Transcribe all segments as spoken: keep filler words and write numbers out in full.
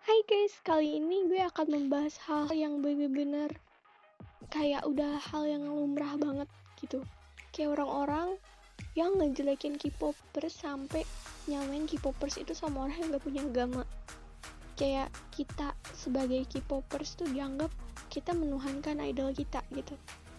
Hai guys, kali ini gue akan membahas hal yang bener-bener kayak udah hal yang lumrah banget gitu. Kayak orang-orang yang ngejelekin K-popers sampai nyamain K-popers itu sama orang yang gak punya agama. Kayak kita sebagai K-popers tuh dianggap kita menuhankan idol kita gitu.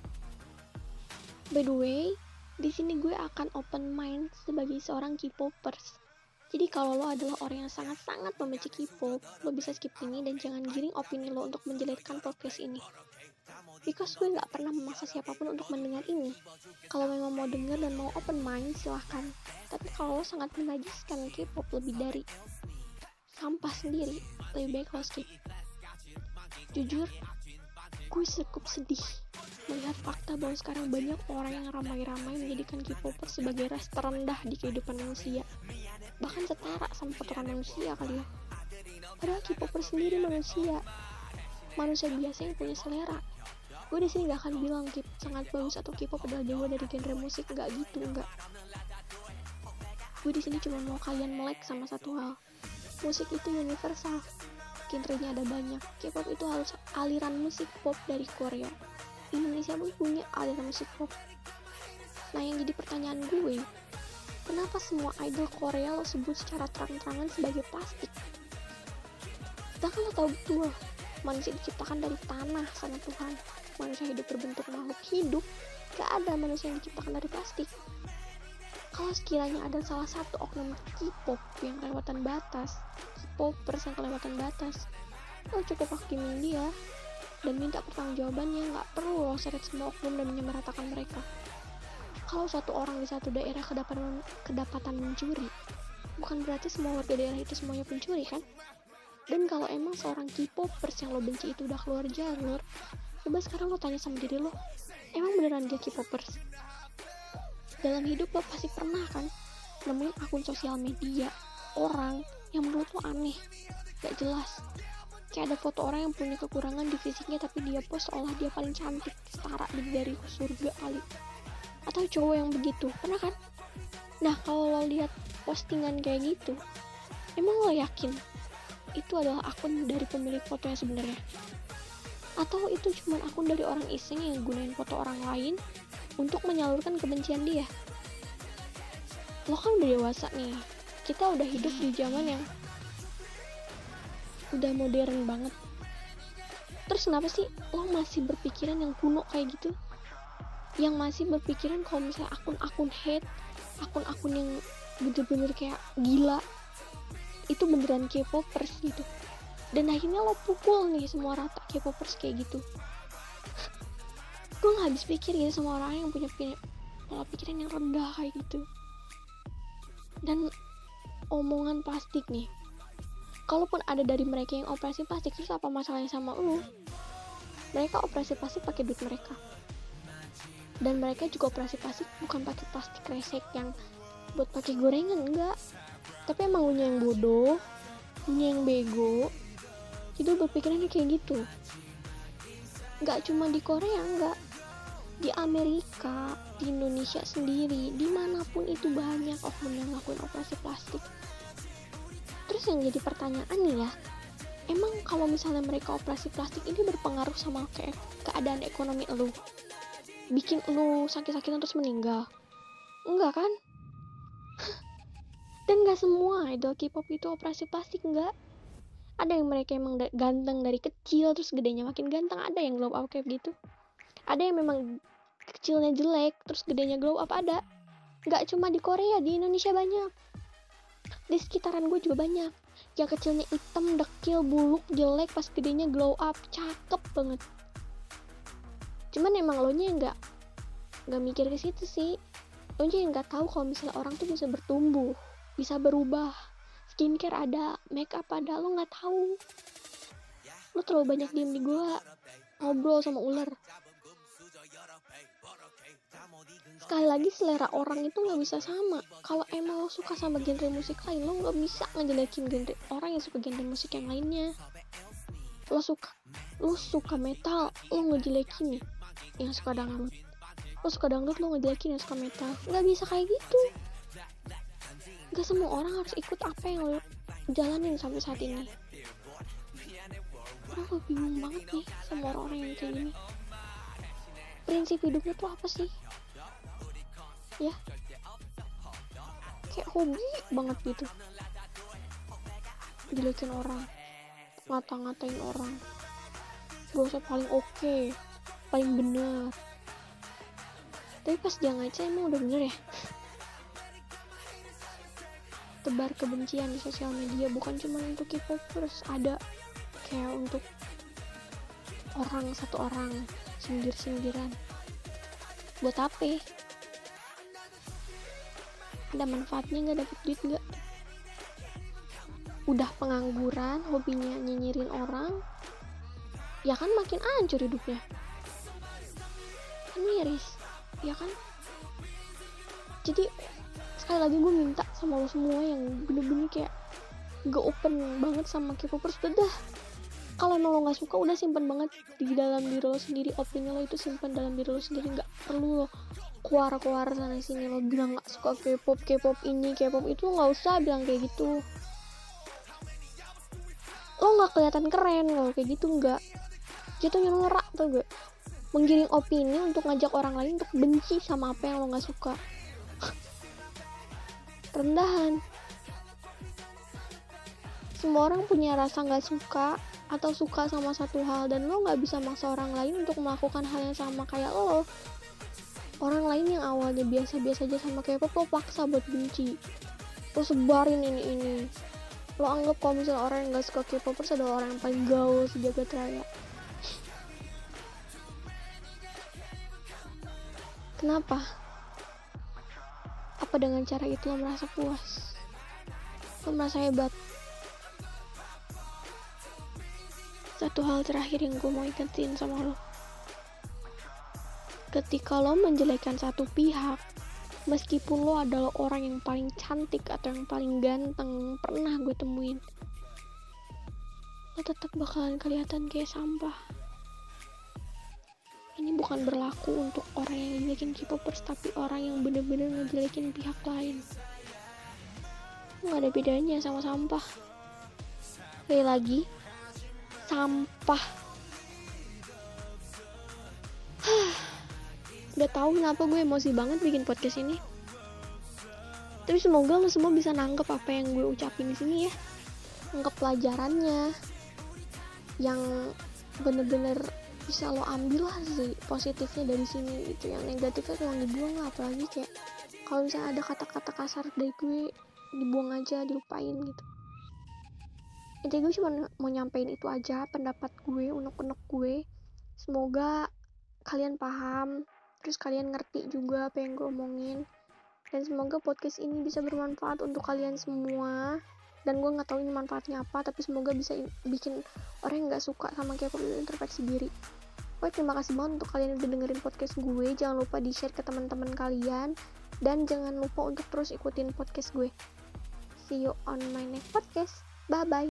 By the way, di sini gue akan open mind sebagai seorang K-popers. Jadi kalau lo adalah orang yang sangat-sangat membenci K-pop, lo bisa skip ini dan jangan giring opini lo untuk menjelekkan podcast ini. Because gue gak pernah memaksa siapapun untuk mendengar ini. Kalau memang mau denger dan mau open mind, silahkan. Tapi kalau lo sangat menajiskan K-pop lebih dari sampah sendiri, lebih baik lo skip. Jujur, gue cukup sedih melihat fakta bahwa sekarang banyak orang yang ramai-ramai menjadikan K-popers sebagai ras terendah di kehidupan manusia. Bahkan setara sama kotoran manusia kali ya. Padahal K-popers sendiri manusia, manusia biasa yang punya selera. Gue di sini gak akan bilang K-pop sangat bagus atau K-pop adalah dewa dari genre musik, nggak gitu, nggak. Gue di sini cuma mau kalian melek sama satu hal. Musik itu universal, genrenya ada banyak. K-pop itu harus aliran musik pop dari Korea. Indonesia pun punya aliran musik pop. Nah, yang jadi pertanyaan gue, kenapa semua idol Korea lo sebut secara terang-terangan sebagai plastik? Sedangkan lo tahu betul, manusia diciptakan dari tanah sama Tuhan. Manusia hidup berbentuk makhluk hidup, gak ada manusia yang diciptakan dari plastik. Kalau sekiranya ada salah satu oknum K-pop yang kelewatan batas, K-popers yang kelewatan batas, lo cukup hakimin dia dan minta pertanggungjawabannya, gak perlu lo seret semua oknum dan menyamaratakan mereka. Kalau satu orang di satu daerah kedapatan, kedapatan mencuri, bukan berarti semua warga daerah itu semuanya pencuri kan? Dan kalau emang seorang K-popers yang lo benci itu udah keluar jalur, coba sekarang lo tanya sama diri lo, emang beneran dia K-popers? Dalam hidup lo pasti pernah kan nemuin akun sosial media orang yang menurut lo aneh, gak jelas. Kayak ada foto orang yang punya kekurangan di fisiknya tapi dia post seolah dia paling cantik, setara dari surga kali. Atau cowok yang begitu, pernah kan? Nah, kalau lo lihat postingan kayak gitu, emang lo yakin itu adalah akun dari pemilik foto yang sebenarnya? Atau itu cuma akun dari orang iseng yang gunain foto orang lain untuk menyalurkan kebencian dia? Lo kan udah dewasa nih, kita udah hidup di zaman yang udah modern banget. Terus kenapa sih lo masih berpikiran yang kuno kayak gitu? Yang masih berpikiran kalau misalnya akun-akun hate, akun-akun yang bener-bener kayak gila, itu beneran K-popers gitu. Dan akhirnya lo pukul nih semua rata K-popers kayak gitu. Gue gak habis pikir gitu sama orang yang punya pola pikiran yang rendah kayak gitu. Dan omongan plastik nih, kalaupun ada dari mereka yang operasi plastik, terus apa masalahnya sama lu? Mereka operasi plastik pakai duit mereka. Dan mereka juga operasi plastik bukan pakai plastik resek yang buat pakai gorengan, enggak. Tapi emang lu yang bodoh, lu yang bego, itu berpikirannya kayak gitu. Enggak cuma di Korea, enggak. Di Amerika, di Indonesia sendiri, dimanapun itu banyak oknum yang ngelakuin operasi plastik. Terus yang jadi pertanyaan nih ya, emang kalau misalnya mereka operasi plastik ini berpengaruh sama ke keadaan ekonomi lu? Bikin lu sakit-sakitan terus meninggal? Enggak kan? Dan gak semua idol K-pop itu operasi plastik, enggak. Ada yang mereka emang da- ganteng dari kecil terus gedenya makin ganteng, ada yang glow up kayak gitu. Ada yang memang kecilnya jelek terus gedenya glow up, ada. Enggak cuma di Korea, di Indonesia banyak. Di sekitaran gue juga banyak yang kecilnya hitam, dekil, buluk, jelek, pas gedenya glow up, cakep banget. Cuman emang lo nya nggak nggak mikir ke situ sih. Lo nya nggak tahu kalau misalnya orang tuh bisa bertumbuh, bisa berubah, skincare ada, makeup ada, lo nggak tahu. Lo terlalu banyak diem di gua ngobrol sama ular. Sekali lagi, selera orang itu nggak bisa sama. Kalau emang lo suka sama genre musik lain, lo nggak bisa ngejelekin genre orang yang suka genre musik yang lainnya. Lo suka lo suka metal, lo ngejelekin nih yang suka dangdut. Lo suka dangdut, lo ngejelekin yang suka metal. Nggak bisa kayak gitu. Nggak semua orang harus ikut apa yang lo jalanin sampai saat ini. Karena gue bingung banget nih sama orang-orang yang kayak gini. Prinsip hidupnya tuh apa sih? Ya, kayak hobi banget gitu, jelekin orang, ngata-ngatain orang, gak usah paling oke, okay, paling benar. Tapi pas dia ngaca emang udah bener ya? Tebar kebencian di sosial media bukan cuma untuk K-popers, ada kayak untuk orang satu orang, sindir-sindiran. Buat apa? Ada manfaatnya nggak, dapet duit nggak? Udah pengangguran, hobinya nyinyirin orang, ya kan makin hancur hidupnya. Kan miris, ya kan? Jadi sekali lagi gue minta sama lo semua yang bener-bener kayak gak open banget sama K-popers, udah. Kalau emang lo nggak suka, udah simpan banget di dalam diri lo sendiri. Opini lo itu simpan dalam diri lo sendiri, nggak perlu lo keluar-keluar sana sini lo bilang nggak suka K-pop, K-pop ini, K-pop itu. Nggak usah bilang kayak gitu. Lo nggak kelihatan keren kalau kayak gitu, nggak. Jatuhnya norak tau gak? Menggiring opini untuk ngajak orang lain untuk benci sama apa yang lo nggak suka. Rendahan. Semua orang punya rasa nggak suka atau suka sama satu hal, dan lo nggak bisa maksa orang lain untuk melakukan hal yang sama kayak lo. Orang lain yang awalnya biasa-biasa aja sama K-pop, lo paksa buat benci, lo sebarin ini ini lo anggap kalau misalnya orang yang nggak suka K-popers adalah orang yang paling gaul sejagat raya. Kenapa? Apa dengan cara itu lo merasa puas? Lo merasa hebat? Satu hal terakhir yang gue mau ingetin sama lo, ketika lo menjelekkan satu pihak, meskipun lo adalah orang yang paling cantik atau yang paling ganteng pernah gue temuin, lo tetap bakalan kelihatan kayak sampah. Ini bukan berlaku untuk orang yang ngejelekin K-popers, tapi orang yang bener-bener ngejelekin pihak lain. Gak ada bedanya sama sampah. Sekali lagi, sampah. Udah tahu kenapa gue emosi banget bikin podcast ini. Tapi semoga lo semua bisa nangkep apa yang gue ucapin di sini ya. Nangkep pelajarannya, yang bener-bener bisa lo ambil lah sih positifnya dari sini gitu. Yang negatifnya tolong dibuang lah, apalagi kayak kalau misalnya ada kata-kata kasar dari gue, dibuang aja, dilupain gitu. Intinya gue cuma mau nyampein itu aja, pendapat gue, unek-unek gue. Semoga kalian paham, terus kalian ngerti juga apa yang gue omongin, dan semoga podcast ini bisa bermanfaat untuk kalian semua. Dan gue nggak tahu ini manfaatnya apa, tapi semoga bisa bikin orang yang nggak suka sama K-pop itu introspeksi diri. Oke, terima kasih banget untuk kalian yang udah dengerin podcast gue. Jangan lupa di share ke teman-teman kalian, dan jangan lupa untuk terus ikutin podcast gue. See you on my next podcast. Bye bye.